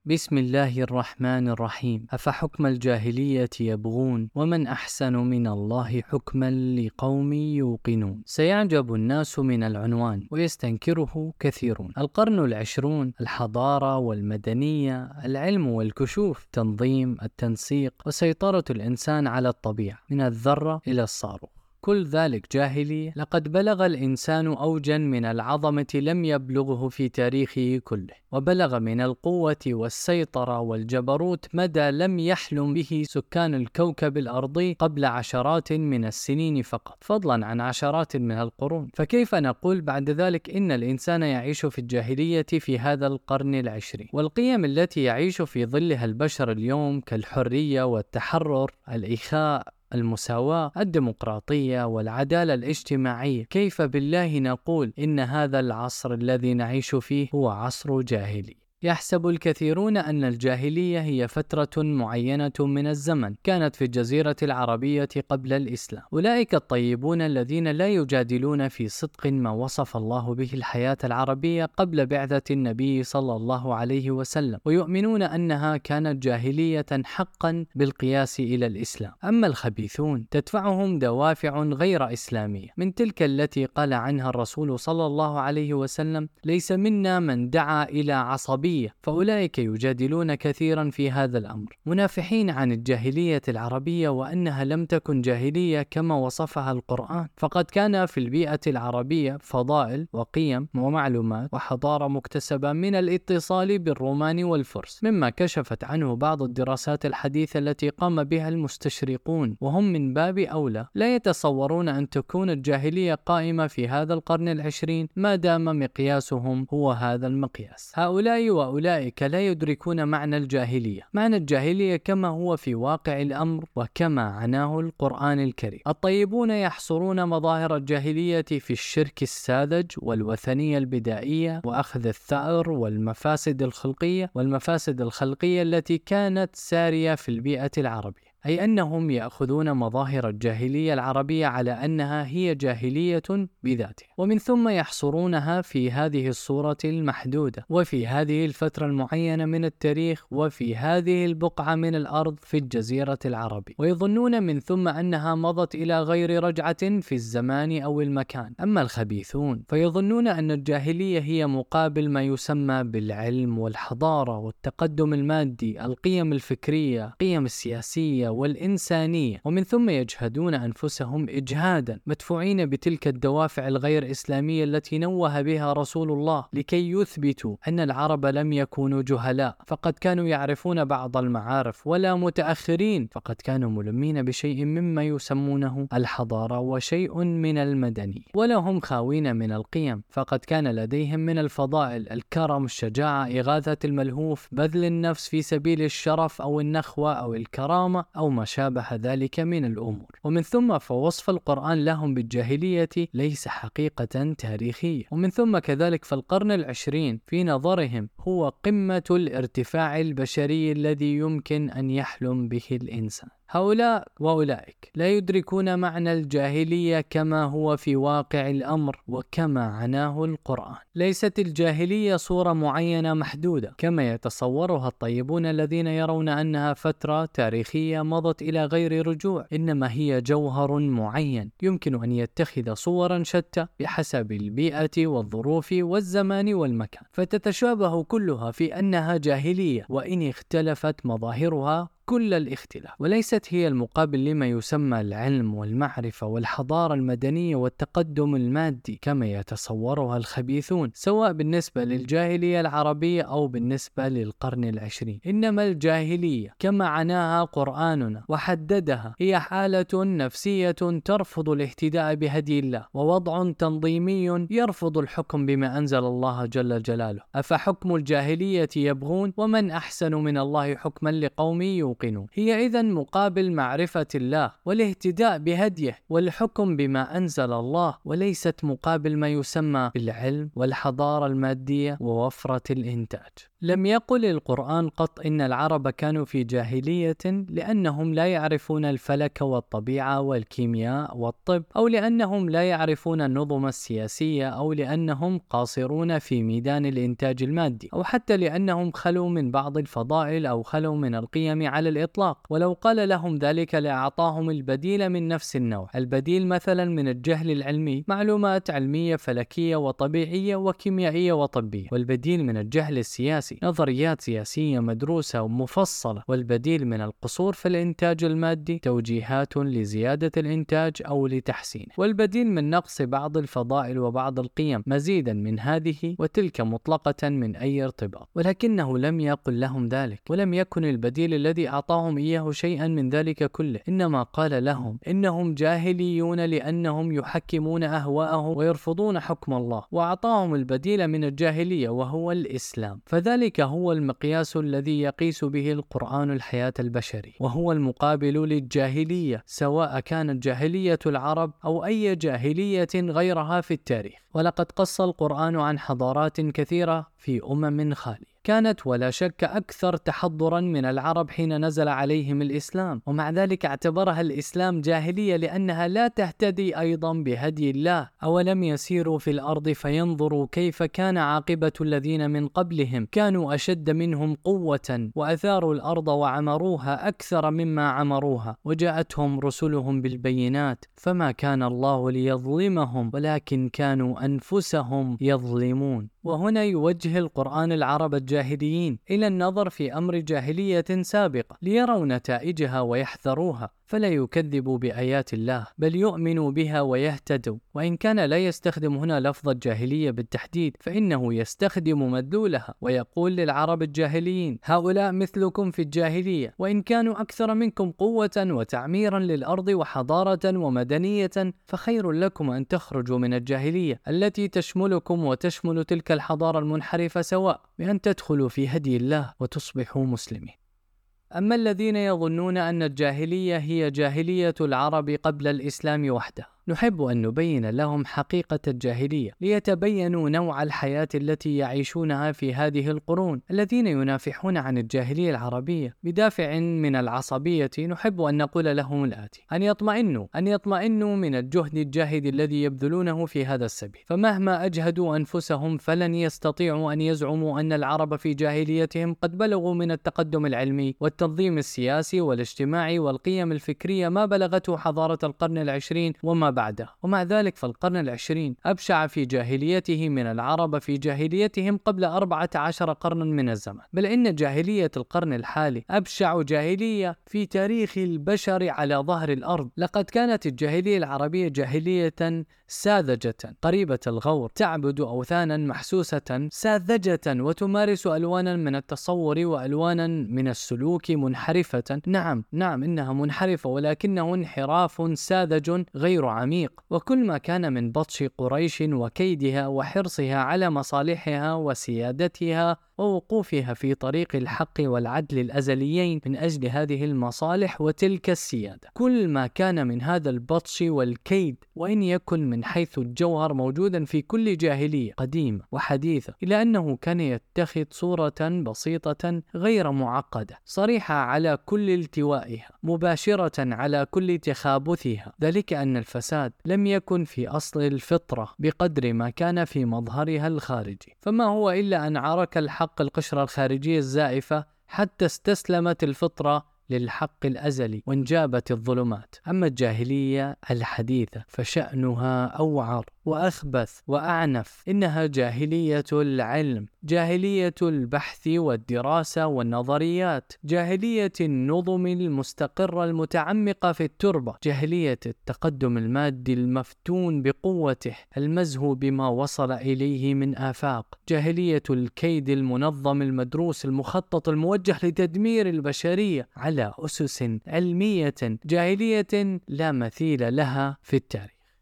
بسم الله الرحمن الرحيم. أفحكم الجاهلية يبغون ومن أحسن من الله حكما لقوم يوقنون. سيعجب الناس من العنوان ويستنكره كثيرون. القرن العشرون، الحضارة والمدنية، العلم والكشوف، تنظيم، التنسيق، وسيطرة الإنسان على الطبيعة من الذرة إلى الصاروخ، كل ذلك جاهلي. لقد بلغ الإنسان أوجا من العظمة لم يبلغه في تاريخه كله، وبلغ من القوة والسيطرة والجبروت مدى لم يحلم به سكان الكوكب الأرضي قبل عشرات من السنين فقط، فضلا عن عشرات من القرون. فكيف نقول بعد ذلك إن الإنسان يعيش في الجاهلية في هذا القرن العشرين؟ والقيم التي يعيش في ظلها البشر اليوم كالحرية والتحرر، الإخاء، المساواة، الديمقراطية والعدالة الاجتماعية، كيف بالله نقول إن هذا العصر الذي نعيش فيه هو عصر جاهلي؟ يحسب الكثيرون أن الجاهلية هي فترة معينة من الزمن كانت في الجزيرة العربية قبل الإسلام. أولئك الطيبون الذين لا يجادلون في صدق ما وصف الله به الحياة العربية قبل بعثة النبي صلى الله عليه وسلم، ويؤمنون أنها كانت جاهلية حقا بالقياس إلى الإسلام. أما الخبيثون تدفعهم دوافع غير إسلامية، من تلك التي قال عنها الرسول صلى الله عليه وسلم: ليس منا من دعا إلى عصبية. فأولئك يجادلون كثيرا في هذا الأمر، منافحين عن الجاهلية العربية وأنها لم تكن جاهلية كما وصفها القرآن، فقد كان في البيئة العربية فضائل وقيم ومعلومات وحضارة مكتسبة من الاتصال بالرومان والفرس، مما كشفت عنه بعض الدراسات الحديثة التي قام بها المستشرقون، وهم من باب أولى لا يتصورون أن تكون الجاهلية قائمة في هذا القرن العشرين ما دام مقياسهم هو هذا المقياس. هؤلاء وأولئك لا يدركون معنى الجاهلية، معنى الجاهلية كما هو في واقع الأمر وكما عناه القرآن الكريم. الطيبون يحصرون مظاهر الجاهلية في الشرك الساذج والوثنية البدائية وأخذ الثأر والمفاسد الخلقية التي كانت سارية في البيئة العربية، أي أنهم يأخذون مظاهر الجاهلية العربية على أنها هي جاهلية بذاتها، ومن ثم يحصرونها في هذه الصورة المحدودة وفي هذه الفترة المعينة من التاريخ وفي هذه البقعة من الأرض في الجزيرة العربية، ويظنون من ثم أنها مضت إلى غير رجعة في الزمان أو المكان. أما الخبيثون فيظنون أن الجاهلية هي مقابل ما يسمى بالعلم والحضارة والتقدم المادي، القيم الفكرية، القيم السياسية والإنسانية، ومن ثم يجهدون أنفسهم إجهادا مدفوعين بتلك الدوافع الغير إسلامية التي نوه بها رسول الله لكي يثبتوا أن العرب لم يكونوا جهلاء، فقد كانوا يعرفون بعض المعارف، ولا متأخرين، فقد كانوا ملمين بشيء مما يسمونه الحضارة وشيء من المدني، ولا هم خاوين من القيم، فقد كان لديهم من الفضائل الكرم، الشجاعة، إغاثة الملهوف، بذل النفس في سبيل الشرف أو النخوة أو الكرامة أو ما شابه ذلك من الأمور. ومن ثم فوصف القرآن لهم بالجاهلية ليس حقيقة تاريخية. ومن ثم كذلك فالقرن العشرين في نظرهم هو قمة الارتفاع البشري الذي يمكن أن يحلم به الإنسان. هؤلاء وأولئك لا يدركون معنى الجاهلية كما هو في واقع الأمر وكما عناه القرآن. ليست الجاهلية صورة معينة محدودة كما يتصورها الطيبون الذين يرون أنها فترة تاريخية مضت إلى غير رجوع، إنما هي جوهر معين يمكن أن يتخذ صورا شتى بحسب البيئة والظروف والزمان والمكان، فتتشابه كلها في أنها جاهلية وإن اختلفت مظاهرها كل الاختلاف، وليست هي المقابل لما يسمى العلم والمعرفة والحضارة المدنية والتقدم المادي كما يتصورها الخبيثون، سواء بالنسبة للجاهلية العربية أو بالنسبة للقرن العشرين. إنما الجاهلية كما عناها قرآننا وحددها هي حالة نفسية ترفض الاهتداء بهدي الله، ووضع تنظيمي يرفض الحكم بما أنزل الله جل جلاله. أفحكم الجاهلية يبغون ومن أحسن من الله حكما لقوم يوقنون. هي إذن مقابل معرفة الله والاهتداء بهديه والحكم بما أنزل الله، وليست مقابل ما يسمى بالعلم والحضارة المادية ووفرة الإنتاج. لم يقل القرآن قط إن العرب كانوا في جاهلية لأنهم لا يعرفون الفلك والطبيعة والكيمياء والطب، أو لأنهم لا يعرفون النظم السياسية، أو لأنهم قاصرون في ميدان الإنتاج المادي، أو حتى لأنهم خلوا من بعض الفضائل أو خلوا من القيم على الإطلاق. ولو قال لهم ذلك لأعطاهم البديل من نفس النوع، البديل مثلا من الجهل العلمي معلومات علمية فلكية وطبيعية وكيميائية وطبية، والبديل من الجهل السياسي نظريات سياسية مدروسة ومفصلة، والبديل من القصور في الإنتاج المادي توجيهات لزيادة الإنتاج أو لتحسينه، والبديل من نقص بعض الفضائل وبعض القيم مزيدا من هذه وتلك مطلقة من أي ارتباط. ولكنه لم يقل لهم ذلك، ولم يكن البديل الذي أعطاهم إياه شيئا من ذلك كله، إنما قال لهم إنهم جاهليون لأنهم يحكمون أهواءهم ويرفضون حكم الله، وأعطاهم البديل من الجاهلية وهو الإسلام. فذلك هو المقياس الذي يقيس به القرآن الحياة البشري، وهو المقابل للجاهلية، سواء كانت جاهلية العرب أو أي جاهلية غيرها في التاريخ. ولقد قص القرآن عن حضارات كثيرة في أمم خالية كانت ولا شك أكثر تحضرا من العرب حين نزل عليهم الإسلام، ومع ذلك اعتبرها الإسلام جاهلية لأنها لا تهتدي أيضا بهدي الله. أولم يسيروا في الأرض فينظروا كيف كان عاقبة الذين من قبلهم، كانوا أشد منهم قوة وأثاروا الأرض وعمروها أكثر مما عمروها، وجاءتهم رسلهم بالبينات، فما كان الله ليظلمهم ولكن كانوا أنفسهم يظلمون. وهنا يوجه القرآن العرب الجاهليين إلى النظر في أمر جاهلية سابقة ليروا نتائجها ويحذروها، فلا يكذبوا بآيات الله بل يؤمنوا بها ويهتدوا. وإن كان لا يستخدم هنا لفظ الجاهلية بالتحديد، فإنه يستخدم مدلولها ويقول للعرب الجاهليين هؤلاء مثلكم في الجاهلية، وإن كانوا أكثر منكم قوة وتعميرا للأرض وحضارة ومدنية، فخير لكم أن تخرجوا من الجاهلية التي تشملكم وتشمل تلك الحضارة المنحرفة، سواء بأن تدخلوا في هدي الله وتصبحوا مسلمين. أما الذين يظنون أن الجاهلية هي جاهلية العرب قبل الإسلام وحده، نحب أن نبين لهم حقيقة الجاهلية ليتبينوا نوع الحياة التي يعيشونها في هذه القرون. الذين ينافحون عن الجاهلية العربية بدافع من العصبية نحب أن نقول لهم الآتي: أن يطمئنوا من الجهد الجاهد الذي يبذلونه في هذا السبيل، فمهما أجهدوا أنفسهم فلن يستطيعوا أن يزعموا أن العرب في جاهليتهم قد بلغوا من التقدم العلمي والتنظيم السياسي والاجتماعي والقيم الفكرية ما بلغته حضارة القرن العشرين وما بعده. ومع ذلك فالقرن العشرين أبشع في جاهليته من العرب في جاهليتهم قبل 14 قرنا من الزمن، بل إن جاهلية القرن الحالي أبشع جاهلية في تاريخ البشر على ظهر الأرض. لقد كانت الجاهلية العربية جاهلية ساذجة قريبة الغور، تعبد أوثانا محسوسة ساذجة وتمارس ألوانا من التصور وألوانا من السلوك منحرفة. نعم إنها منحرفة، ولكنه انحراف ساذج غير عميق. وكل ما كان من بطش قريش وكيدها وحرصها على مصالحها وسيادتها ووقوفها في طريق الحق والعدل الأزليين من أجل هذه المصالح وتلك السيادة، كل ما كان من هذا البطش والكيد وإن يكن من حيث الجوهر موجودا في كل جاهلية قديمة وحديثة، إلا أنه كان يتخذ صورة بسيطة غير معقدة صريحة على كل التوائها، مباشرة على كل تخابثها. ذلك أن الفساد لم يكن في أصل الفطرة بقدر ما كان في مظهرها الخارجي، فما هو إلا أن عرك الحق القشرة الخارجية الزائفة حتى استسلمت الفطرة للحق الأزلي وانجابت الظلمات. أما الجاهلية الحديثة فشأنها أوعر وأخبث وأعنف، إنها جاهلية العلم، جاهلية البحث والدراسة والنظريات، جاهلية النظم المستقرة المتعمقة في التربة، جاهلية التقدم المادي المفتون بقوته المزهو بما وصل إليه من آفاق، جاهلية الكيد المنظم المدروس المخطط الموجه لتدمير البشرية على أسس علمية، جاهلية لا مثيل لها في التاريخ.